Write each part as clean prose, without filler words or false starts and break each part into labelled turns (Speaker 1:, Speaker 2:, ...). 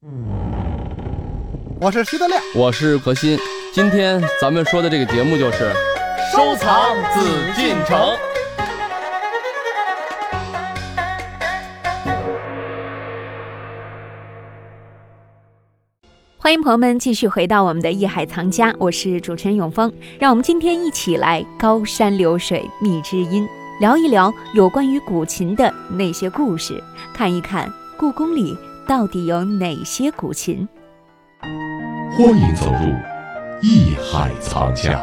Speaker 1: 我是徐德亮，
Speaker 2: 我是何鑫。今天咱们说的这个节目就是
Speaker 3: 收藏紫禁城。
Speaker 4: 欢迎朋友们继续回到我们的艺海藏家，我是主持人永峰。让我们今天一起来高山流水觅知音，聊一聊有关于古琴的那些故事，看一看故宫里到底有哪些古琴。
Speaker 5: 欢迎走入艺海藏家。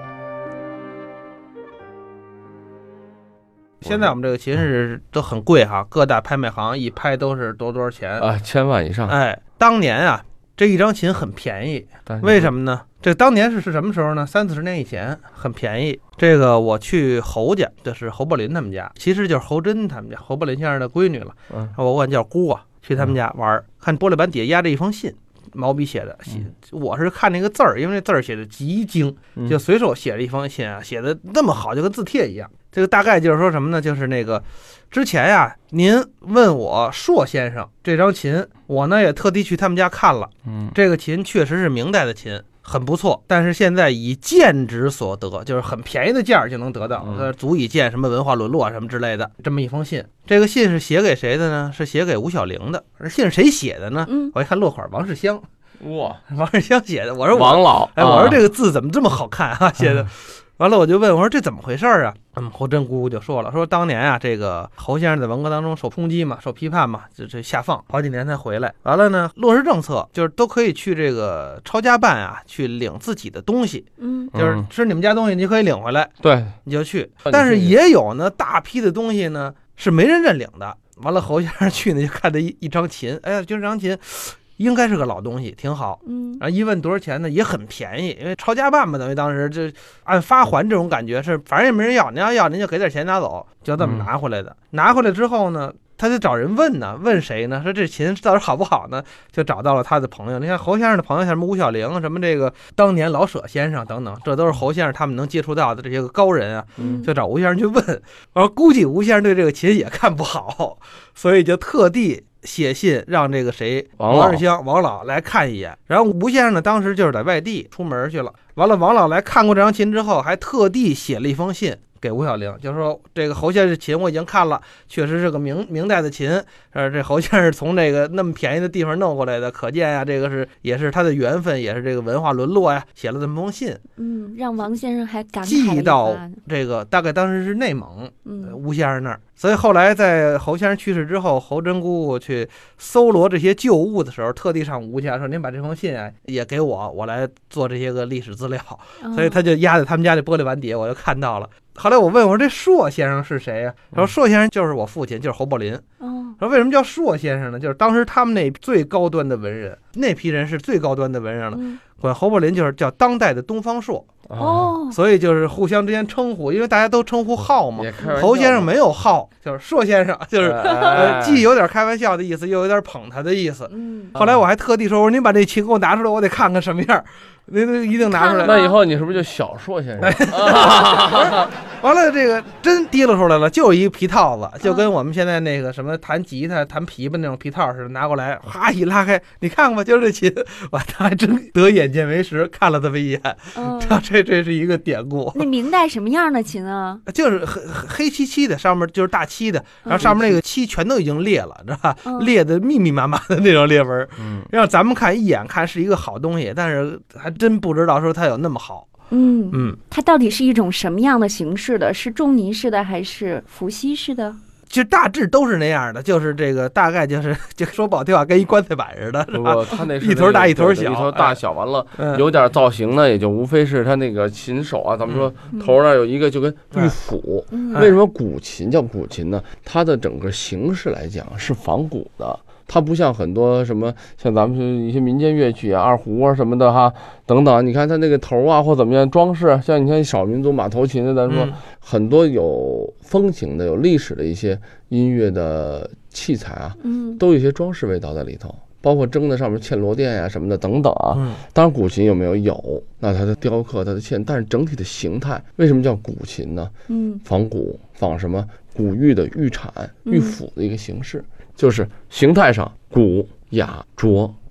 Speaker 1: 现在我们这个琴是都很贵哈，各大拍卖行一拍都是多少钱
Speaker 2: 啊，1000万以上。
Speaker 1: 哎，当年啊，这一张琴很便宜，为什么呢？这当年是什么时候呢？30-40年以前，很便宜。这个我去侯家，就是侯宝林他们家，其实就是侯珍他们家，侯宝林先生的闺女了。我管叫姑啊，去他们家玩，看玻璃板底下压着一封信。毛笔写的，我是看那个字儿，因为那字儿写的极精，就随手写了一封信啊，写的那么好，就跟字帖一样。这个大概就是说什么呢？就是那个之前呀，您问我硕先生这张琴，我呢也特地去他们家看了，这个琴确实是明代的琴，很不错，但是现在以贱值所得，就是很便宜的价就能得到，足以见什么文化沦落什么之类的。这么一封信，这个信是写给谁的呢？是写给吴小玲的。而信是谁写的呢？我一看落款王世襄，哇，王世襄写的。我说
Speaker 2: 王老，
Speaker 1: 哎，我说这个字怎么这么好看啊？写的。完了我就问我说这怎么回事啊？侯珍姑姑就说了，说当年啊，这个侯先生在文革当中受冲击嘛，受批判嘛，这下放好几年才回来。完了呢，落实政策就是都可以去这个抄家办啊，去领自己的东西，就是是你们家东西你可以领回来，对，你就去。但是也有呢大批的东西呢是没人认领的。完了侯先生去呢就看这一张琴，哎呀，就这张琴应该是个老东西，挺好。然后一问多少钱呢，也很便宜，因为抄家办嘛，等于当时就按发还这种感觉，是反正也没人要，您要您就给点钱拿走，就这么拿回来的。拿回来之后呢，他就找人问呢，问谁呢？说这琴到底好不好呢？就找到了他的朋友。你看侯先生的朋友，像什么吴小玲，什么这个当年老舍先生等等，这都是侯先生他们能接触到的这些个高人啊。就找吴先生去问，而估计吴先生对这个琴也看不好，所以就特地写信让这个谁王世襄王老来看一眼。然后吴先生呢当时就是在外地出门去了，完了王老来看过这张琴之后，还特地写了一封信给吴小玲，就是说这个侯先生的琴我已经看了，确实是个明代的琴，这侯先生从这个那么便宜的地方弄过来的，可见呀，这个也是他的缘分，也是这个文化沦落呀，写了这么封信，
Speaker 4: 让王先生还感慨
Speaker 1: 寄到这个大概当时是内蒙，吴先生那儿。所以后来在侯先生去世之后，侯珍姑姑去搜罗这些旧物的时候，特地上吴家说：“您把这封信啊也给我，我来做这些个历史资料。”所以他就压在他们家的玻璃碗底下，我就看到了。后来我问我说：“这硕先生是谁呀？”他说：“硕先生就是我父亲，就是侯宝林。”说为什么叫硕先生呢？就是当时他们那最高端的文人，那批人是最高端的文人了，管侯宝林就是叫当代的东方朔。所以就是互相之间称呼，因为大家都称呼号嘛。侯先生没有号，就是硕先生，就是既有点开玩笑的意思，又有点捧他的意思。后来我还特地说：“我说您把这琴给我拿出来，我得看看什么样。”您一定拿出来。
Speaker 2: 那以后你是不是就小硕先生？
Speaker 1: 完了，这个真提溜出来了，就一个皮套子，就跟我们现在那个什么弹吉他、弹琵琶那种皮套似的，拿过来，哈一拉开，你看吧，就是这琴。哇，他还真得眼见为实，看了这么一眼，这是一个典故。
Speaker 4: 那明代什么样的琴啊？
Speaker 1: 就是黑漆漆的，上面就是大漆的，然后上面那个漆全都已经裂了，知道吧？裂的密密麻麻的那种裂纹，让咱们看一眼看是一个好东西，但是还真不知道说它有那么好。
Speaker 4: 它到底是一种什么样的形式的？是仲尼式的还是伏羲式的？
Speaker 1: 其实大致都是那样的，就是这个大概就说不好听话，跟一棺材板似的，是吧？
Speaker 2: 它那是
Speaker 1: 一头大一头小，
Speaker 2: 一头大小，完了有点造型呢，也就无非是它那个琴手啊，咱们说头那有一个就跟玉斧。为什么古琴叫古琴呢？它的整个形式来讲是仿古的。它不像很多什么像咱们一些民间乐曲啊、二胡啊什么的哈等等，你看它那个头啊或怎么样装饰，像你看少民族马头琴的，咱说很多有风情的、有历史的一些音乐的器材啊，都有一些装饰味道在里头，包括筝的上面嵌螺钿呀什么的等等啊。当然古琴有没有？有，那它的雕刻、它的嵌，但是整体的形态为什么叫古琴呢？仿古，仿什么？古玉的玉铲、玉斧的一个形式。就是形态上古雅拙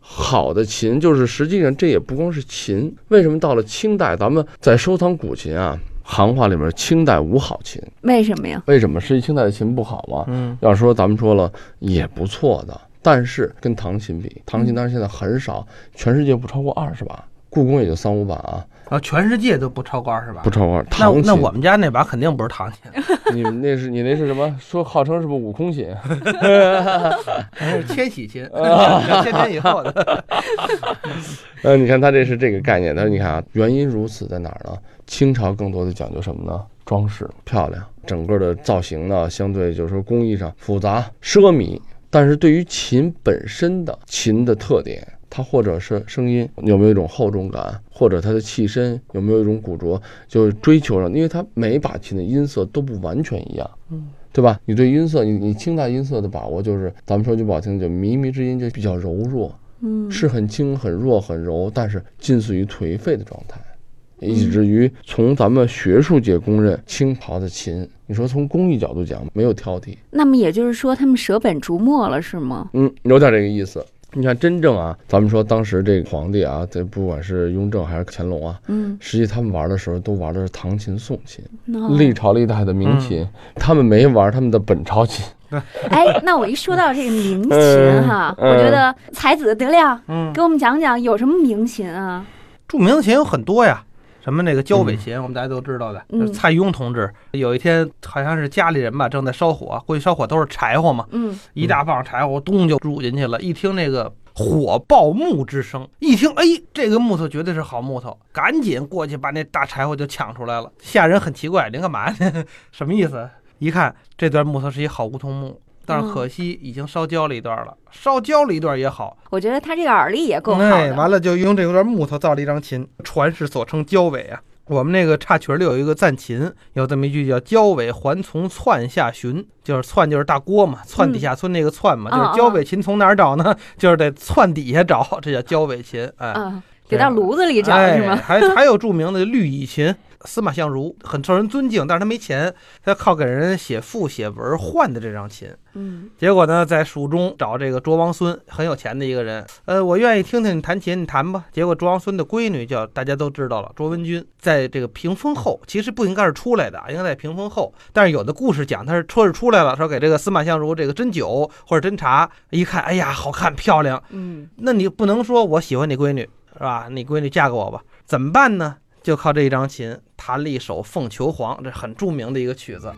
Speaker 2: 好的琴，就是实际上这也不光是琴。为什么到了清代，咱们在收藏古琴啊？行话里面，清代无好琴。
Speaker 4: 为什么呀？
Speaker 2: 为什么？是清代的琴不好吗？要说咱们说了也不错的，但是跟唐琴比，唐琴当然现在很少，全世界不超过20把，故宫也就3-5把啊。
Speaker 1: 全世界都不超过20把，
Speaker 2: 不超过唐琴。
Speaker 1: 那我们家那把肯定不是唐琴。
Speaker 2: 你那是什么？说号称是不是悟空琴？
Speaker 1: 那是千禧琴，2000年以后的。
Speaker 2: 你看它这是这个概念，但是你看啊，原因如此在哪儿呢？清朝更多的讲究什么呢？装饰漂亮，整个的造型呢，相对就是说工艺上复杂奢靡，但是对于琴本身的琴的特点。它或者是声音有没有一种厚重感，或者它的气身有没有一种古拙，就是追求上，因为它每把琴的音色都不完全一样，对吧？你对音色，你清代音色的把握，就是咱们说句不好听，就靡靡之音就比较柔弱，是很轻、很弱、很柔，但是近似于颓废的状态，以至于从咱们学术界公认，清朝的琴，你说从工艺角度讲没有挑剔。
Speaker 4: 那么也就是说，他们舍本逐末了，是吗？
Speaker 2: 有点这个意思。你看，真正啊，咱们说当时这个皇帝啊，这不管是雍正还是乾隆啊，实际他们玩的时候都玩的是唐琴、宋琴，历朝历代的名琴，他们没玩他们的本朝琴。
Speaker 4: 哎，那我一说到这个名琴哈，我觉得才子德亮，给我们讲讲有什么名琴啊？
Speaker 1: 著名的琴有很多呀。什么那个焦尾琴，我们大家都知道的。蔡邕同志有一天好像是家里人吧，正在烧火，过去烧火都是柴火嘛，一大棒柴火咚就入进去了。一听那个火爆木之声，一听哎，这个木头绝对是好木头，赶紧过去把那大柴火就抢出来了。下人很奇怪，您干嘛呢？什么意思？一看这段木头是一好梧桐木。但是可惜已经烧焦了一段了，烧焦了一段也好。
Speaker 4: 我觉得他这个耳力也够好的。
Speaker 1: 完了就用这段木头造了一张琴，传世所称焦尾啊。我们那个插曲里有一个赞琴，有这么一句叫焦尾还从窜下寻，就是窜就是大锅嘛，窜底下村那个窜嘛，就是焦尾琴从哪儿找呢？就是得窜底下找，这叫焦尾琴。
Speaker 4: 得到炉子里找是吗？
Speaker 1: 还有著名的绿蚁琴。司马相如很受人尊敬，但是他没钱，他靠给人写赋写文换的这张琴。结果呢，在蜀中找这个卓王孙，很有钱的一个人。我愿意听听你弹琴，你弹吧。结果卓王孙的闺女叫大家都知道了，卓文君，在这个屏风后，其实不应该是出来的，应该在屏风后。但是有的故事讲，他是出来了，说给这个司马相如这个斟酒或者斟茶，一看，哎呀，好看漂亮。那你不能说我喜欢你闺女是吧？你闺女嫁给我吧，怎么办呢？就靠这一张琴弹了一首《凤求凰》，这很著名的一个曲子。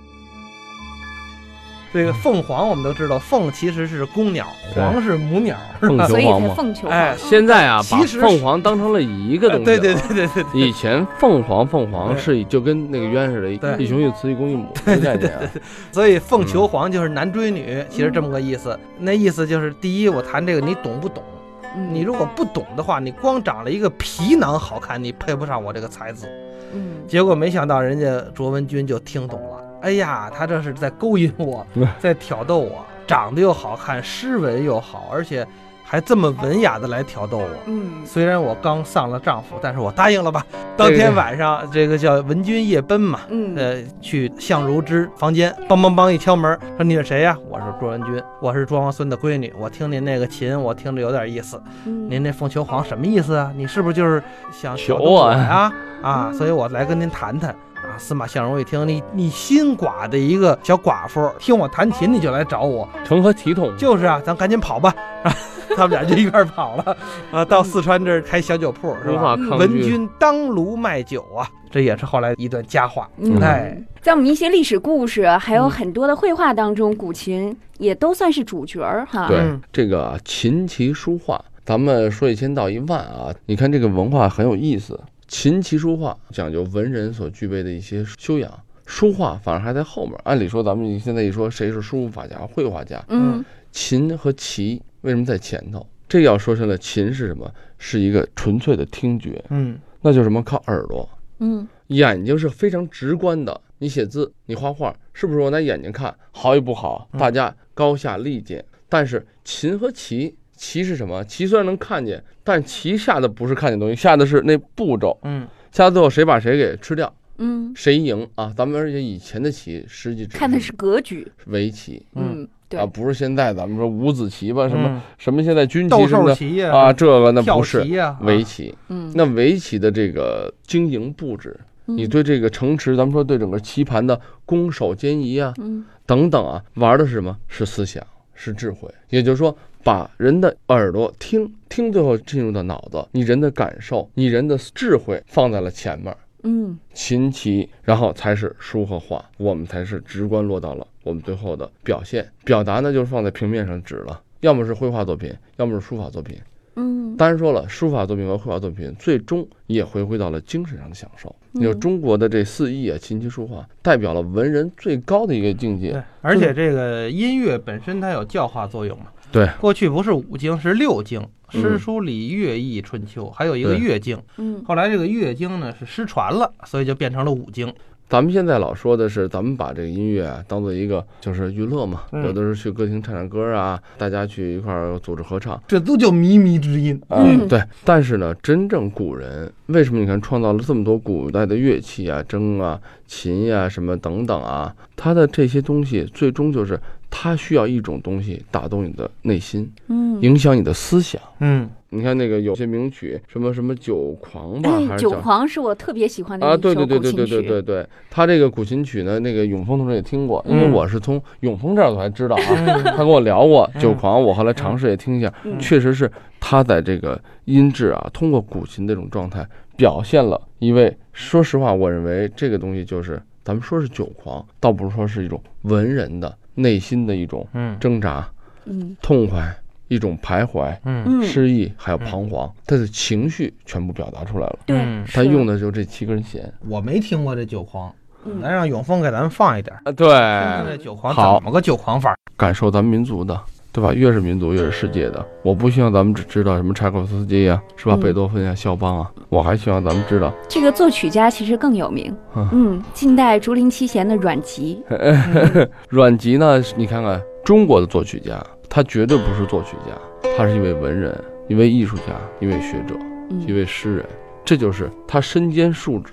Speaker 1: 这个凤凰我们都知道，凤其实是公鸟，凰是母鸟，
Speaker 4: 所以才凤求凰。
Speaker 2: 现在啊，把凤凰当成了一个东西。
Speaker 1: 对。
Speaker 2: 以前凤凰是就跟那个鸢似的，一雄一雌一公一母的概念啊。
Speaker 1: 所以凤求凰就是男追女，其实这么个意思。那意思就是，第一，我弹这个你懂不懂？你如果不懂的话，你光长了一个皮囊好看，你配不上我这个才子。结果没想到人家卓文君就听懂了，哎呀，他这是在勾引我，在挑逗我，长得又好看，诗文又好，而且还这么文雅的来挑逗我。虽然我刚丧了丈夫，但是我答应了吧。当天晚上，这个叫文君夜奔嘛，去相如之房间，梆梆梆一敲门，说你是谁呀？我是卓文君，我是卓王孙的闺女，我听您那个琴，我听着有点意思。您那凤求凰什么意思啊？你是不是就是想挑逗我呀？所以我来跟您谈谈。司马相如一听，你新寡的一个小寡妇，听我弹琴你就来找我，
Speaker 2: 成何体统？
Speaker 1: 就是啊，咱赶紧跑吧。他们俩就一块跑了到四川这儿开小酒铺是吧？文君当炉卖酒啊，这也是后来一段佳话。
Speaker 4: 在我们一些历史故事还有很多的绘画当中，古琴也都算是主角哈。
Speaker 2: 对，这个琴棋书画，咱们说1000道1万啊，你看这个文化很有意思。琴棋书画讲究文人所具备的一些修养，书画反而还在后面。按理说咱们现在一说谁是书法家绘画家，琴和棋为什么在前头？这要说成了，琴是什么？是一个纯粹的听觉，那就是什么？靠耳朵，眼睛是非常直观的。你写字，你画画，是不是我拿眼睛看好与不好？大家高下立见。但是琴和棋，棋是什么？棋虽然能看见，但棋下的不是看见东西，下的是那步骤。下到最后谁把谁给吃掉，谁赢啊？咱们而且以前的棋实际
Speaker 4: 看的是格局，
Speaker 2: 围棋。 啊，不是现在咱们说五子棋吧，
Speaker 1: 嗯
Speaker 2: 什么现在军
Speaker 1: 斗
Speaker 2: 棋什么的
Speaker 1: 兽棋
Speaker 2: 啊，这个那不是
Speaker 1: 跳棋呀
Speaker 2: 围棋。那围棋的这个经营布置，你对这个城池，咱们说对整个棋盘的攻守兼宜啊，等等啊，玩的是什么？是思想，是智慧。也就是说，把人的耳朵听，最后进入到脑子，你人的感受，你人的智慧放在了前面。琴棋，然后才是书和画，我们才是直观落到了我们最后的表现。表达呢，就是放在平面上指了，要么是绘画作品，要么是书法作品。当然说了，书法作品和绘画作品最终也回归到了精神上的享受。就中国的这4艺啊，琴棋书画代表了文人最高的一个境界。
Speaker 1: 对，而且这个音乐本身它有教化作用嘛。
Speaker 2: 对，
Speaker 1: 过去不是5经，是6经，诗书礼乐易春秋，还有一个乐经。后来这个乐经呢是失传了，所以就变成了5经。
Speaker 2: 咱们现在老说的是，咱们把这个音乐啊当做一个就是娱乐嘛，有的时候去歌厅唱唱歌啊，大家去一块儿组织合唱，
Speaker 1: 这都叫靡靡之音。
Speaker 2: 对。但是呢，真正古人为什么你看创造了这么多古代的乐器啊，筝啊、琴呀、什么等等啊，它的这些东西最终就是它需要一种东西打动你的内心，影响你的思想。你看那个有些名曲，什么酒狂吧，还是
Speaker 4: 酒狂是我特别喜欢的一首古琴曲。
Speaker 2: 对，他这个古琴曲呢，那个永丰同学也听过，因为我是从永丰这儿才知道啊，他跟我聊过酒狂，我后来尝试也听一下，确实是他在这个音质啊，通过古琴这种状态表现了一位，说实话，我认为这个东西就是咱们说是酒狂，倒不是说是一种文人的内心的一种挣扎，痛快。一种徘徊，失意，还有彷徨，他的情绪全部表达出来了。
Speaker 4: 对，
Speaker 2: 他用的就是这7根弦。
Speaker 1: 我没听过这酒狂，咱让永丰给咱们放一点。
Speaker 2: 对，
Speaker 1: 这酒狂怎么个酒狂法？
Speaker 2: 感受咱们民族的，对吧？越是民族，越是世界的。我不希望咱们只知道什么柴可夫斯基呀，是吧？贝多芬呀，肖邦啊，我还希望咱们知道
Speaker 4: 这个作曲家其实更有名。近代竹林七贤的阮籍。
Speaker 2: 阮籍呢，你看看中国的作曲家。他绝对不是作曲家，他是一位文人，一位艺术家，一位学者，一位诗人，这就是他身兼数职。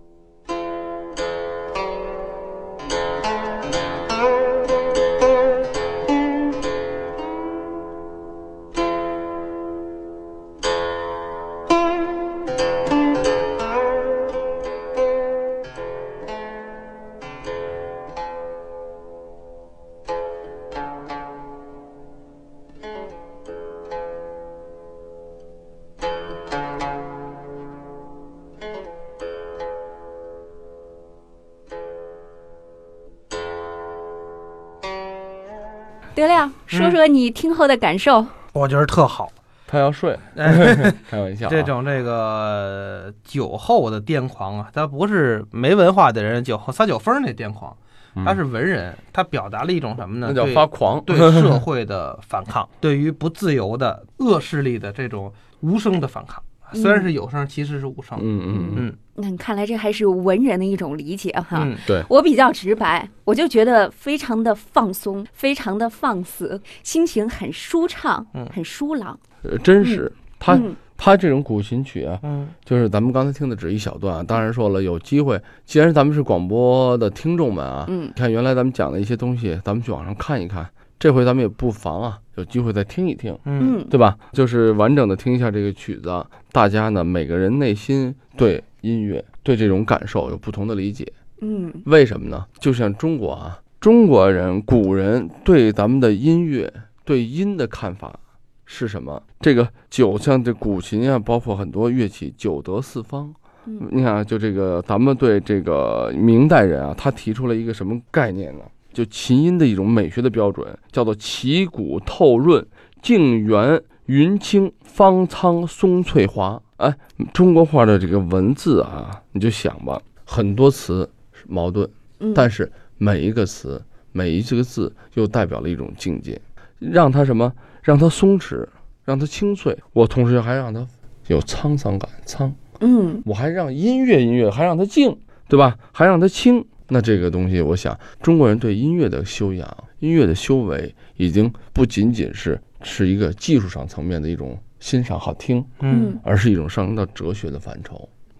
Speaker 4: 德亮，说说你听后的感受。
Speaker 1: 我觉得特好。
Speaker 2: 他要睡，开玩笑。
Speaker 1: 这种这个酒后的癫狂啊，他不是没文化的人酒后撒酒疯那癫狂，他是文人，他表达了一种什么呢？
Speaker 2: 那叫发狂，
Speaker 1: 对社会的反抗，对于不自由的恶势力的这种无声的反抗。虽然是有声，其实是无声。
Speaker 4: 那你看来这还是文人的一种理解哈。
Speaker 2: 对，
Speaker 4: 我比较直白，我就觉得非常的放松，非常的放肆，心情很舒畅，很舒朗。
Speaker 2: 真是他这种古琴曲啊，就是咱们刚才听的只一小段啊。当然说了，有机会，既然咱们是广播的听众们啊，看原来咱们讲的一些东西，咱们去网上看一看。这回咱们也不妨啊，有机会再听一听，对吧？就是完整的听一下这个曲子，大家呢每个人内心对音乐、对这种感受有不同的理解。为什么呢？就像中国啊，中国人古人对咱们的音乐、对音的看法是什么？这个酒，像这古琴啊，包括很多乐器，酒得四方。你看，就这个咱们对这个明代人啊，他提出了一个什么概念呢？就琴音的一种美学的标准，叫做旗鼓透润、静圆云清、芳苍松翠华。哎，中国话的这个文字啊，你就想吧，很多词是矛盾，但是每一个词、每一个字又代表了一种境界，让它什么？让它松弛，让它清脆。我同时还让它有沧桑感，我还让音乐还让它静，对吧？还让它轻。那这个东西，我想中国人对音乐的修养、音乐的修为，已经不仅仅是一个技术上层面的一种欣赏好听，而是一种上升到哲学的范畴。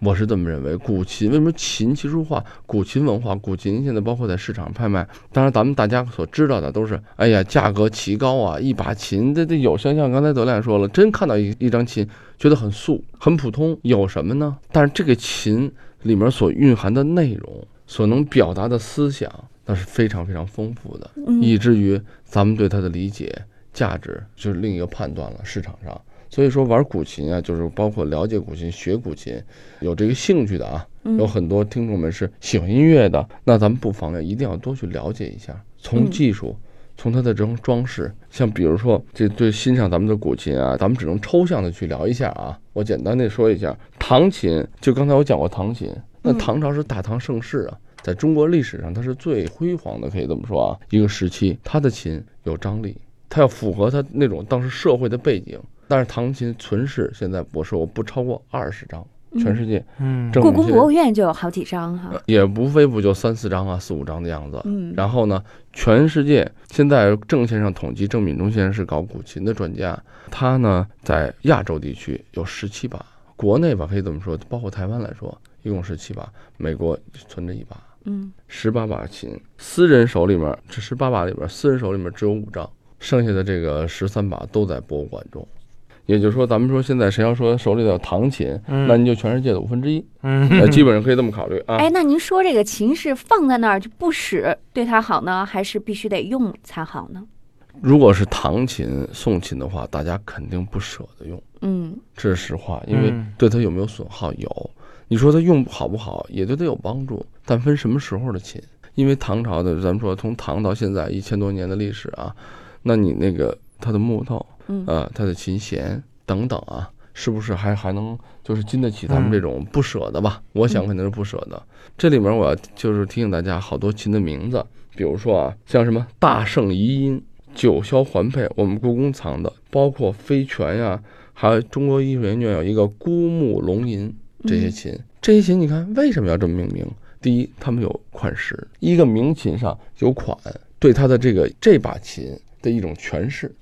Speaker 2: 我是这么认为，古琴为什么琴棋书画、古琴文化、古琴现在包括在市场拍卖，当然咱们大家所知道的都是，哎呀，价格奇高啊，一把琴这有像刚才德亮说了，真看到一张琴觉得很素、很普通，有什么呢？但是这个琴里面所蕴含的内容，所能表达的思想，那是非常非常丰富的，以至于咱们对它的理解、价值就是另一个判断了。市场上，所以说玩古琴啊，就是包括了解古琴、学古琴，有这个兴趣的啊，有很多听众们是喜欢音乐的，那咱们不妨一定要多去了解一下，从技术。从它的这种装饰，像比如说这对欣赏咱们的古琴啊，咱们只能抽象的去聊一下啊。我简单的说一下，唐琴，就刚才我讲过唐琴，那唐朝是大唐盛世啊，在中国历史上它是最辉煌的，可以这么说啊，一个时期，它的琴有张力，它要符合它那种当时社会的背景。但是唐琴存世，现在我说我不超过20张。全世界，
Speaker 4: 故宫博物院就有好几张哈，
Speaker 2: 也无非不就3、4张啊、4、5张的样子。然后呢，全世界现在郑先生统计，郑敏中先生是搞古琴的专家，他呢在亚洲地区有17把，国内吧可以这么说，包括台湾来说，一共17把，美国存着1把，18把琴，私人手里面这18把里面，私人手里面只有5张，剩下的这个13把都在博物馆中。也就是说，咱们说现在谁要说手里的有唐琴，那您就全世界的1/5，基本上可以这么考虑啊。
Speaker 4: 哎，那您说这个琴是放在那儿就不使对它好呢，还是必须得用才好呢？
Speaker 2: 如果是唐琴、宋琴的话，大家肯定不舍得用，这是实话，因为对它有没有损耗有。你说它用好不好，也对它有帮助，但分什么时候的琴。因为唐朝的，咱们说从唐到现在1000多年的历史啊，那你那个它的木头。它的琴弦等等啊，是不是还能就是经得起咱们这种不舍的吧？我想肯定是不舍的。这里面我要就是提醒大家，好多琴的名字，比如说啊，像什么大圣遗音、九霄环佩，我们故宫藏的，包括飞泉呀，还有中国艺术研究院有一个孤木龙吟这些琴，这些琴你看为什么要这么命名？第一，他们有款式，一个名琴上有款，对它的这把琴的一种诠释。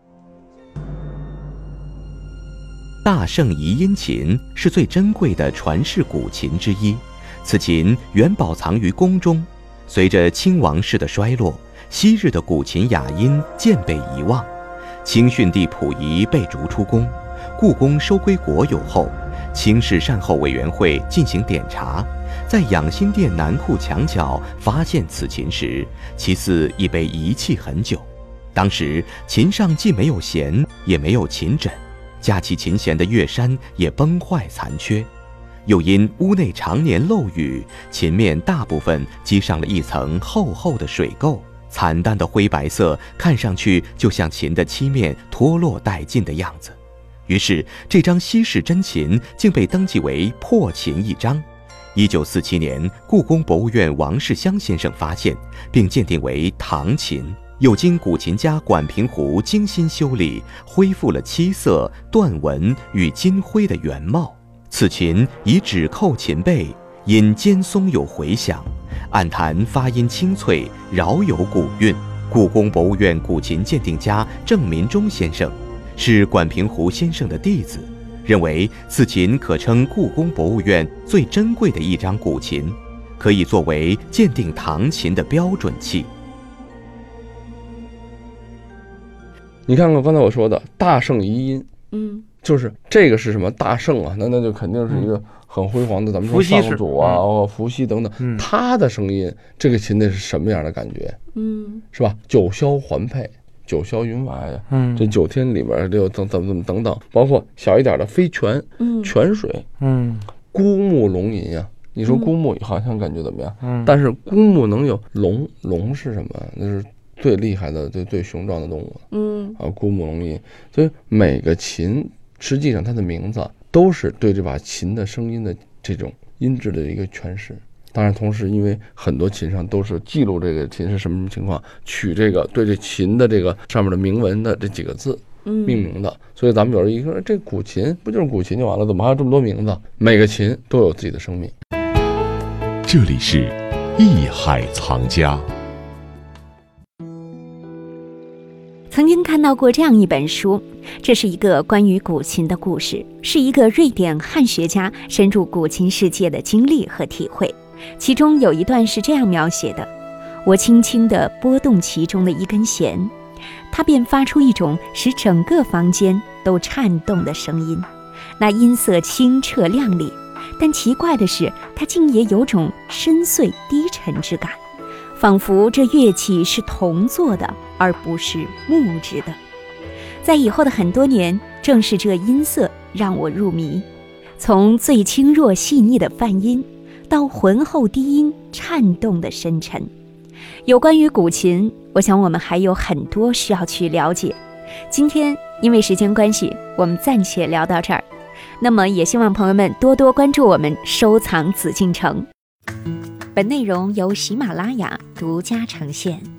Speaker 6: 大圣遗音琴是最珍贵的传世古琴之一，此琴原保藏于宫中，随着清王室的衰落，昔日的古琴雅音渐被遗忘。清训帝溥仪被逐出宫，故宫收归国有后，清室善后委员会进行点查，在养心殿南库墙角发现此琴时，其似已被遗弃很久。当时琴上既没有弦，也没有琴枕，架起琴弦的乐山也崩坏残缺，又因屋内常年漏雨，琴面大部分积上了一层厚厚的水垢，惨淡的灰白色看上去就像琴的漆面脱落殆尽的样子。于是这张稀世真琴竟被登记为破琴一张。1947年，故宫博物院王世襄先生发现并鉴定为唐琴，又经古琴家管平湖精心修理，恢复了漆色、缎纹与金辉的原貌。此琴以指扣琴背，因尖松有回响，暗弹发音清脆，饶有古韵。故宫博物院古琴鉴定家郑民中先生是管平湖先生的弟子，认为此琴可称故宫博物院最珍贵的一张古琴，可以作为鉴定唐琴的标准器。
Speaker 2: 你看看刚才我说的大圣遗音，就是这个是什么大圣啊？那就肯定是一个很辉煌的，咱们说上祖啊、伏羲等等，他的声音，这个琴的是什么样的感觉？是吧？九霄环佩，九霄云霾呀，这9天里边就怎么等等，包括小一点的飞泉、泉水，孤木龙吟呀。你说孤木好像感觉怎么样？但是孤木能有龙，龙是什么？那是最厉害的、最雄壮的动物，孤木龙吟。所以每个琴实际上它的名字都是对这把琴的声音的这种音质的一个诠释。当然，同时因为很多琴上都是记录这个琴是什么情况，取这个对这琴的这个上面的铭文的这几个字命名的。所以咱们有人一说，这古琴不就是古琴就完了，怎么还有这么多名字？每个琴都有自己的生命。
Speaker 5: 这里是艺海藏家。
Speaker 4: 曾经看到过这样一本书，这是一个关于古琴的故事，是一个瑞典汉学家深入古琴世界的经历和体会。其中有一段是这样描写的：我轻轻地拨动其中的一根弦，它便发出一种使整个房间都颤动的声音。那音色清澈亮丽，但奇怪的是，它竟也有种深邃低沉之感，仿佛这乐器是铜做的，而不是木质的。在以后的很多年，正是这音色让我入迷，从最轻弱细腻的泛音，到浑厚低音颤动的深沉。有关于古琴，我想我们还有很多需要去了解。今天因为时间关系，我们暂且聊到这儿。那么也希望朋友们多多关注我们收藏紫禁城。本内容由喜马拉雅独家呈现。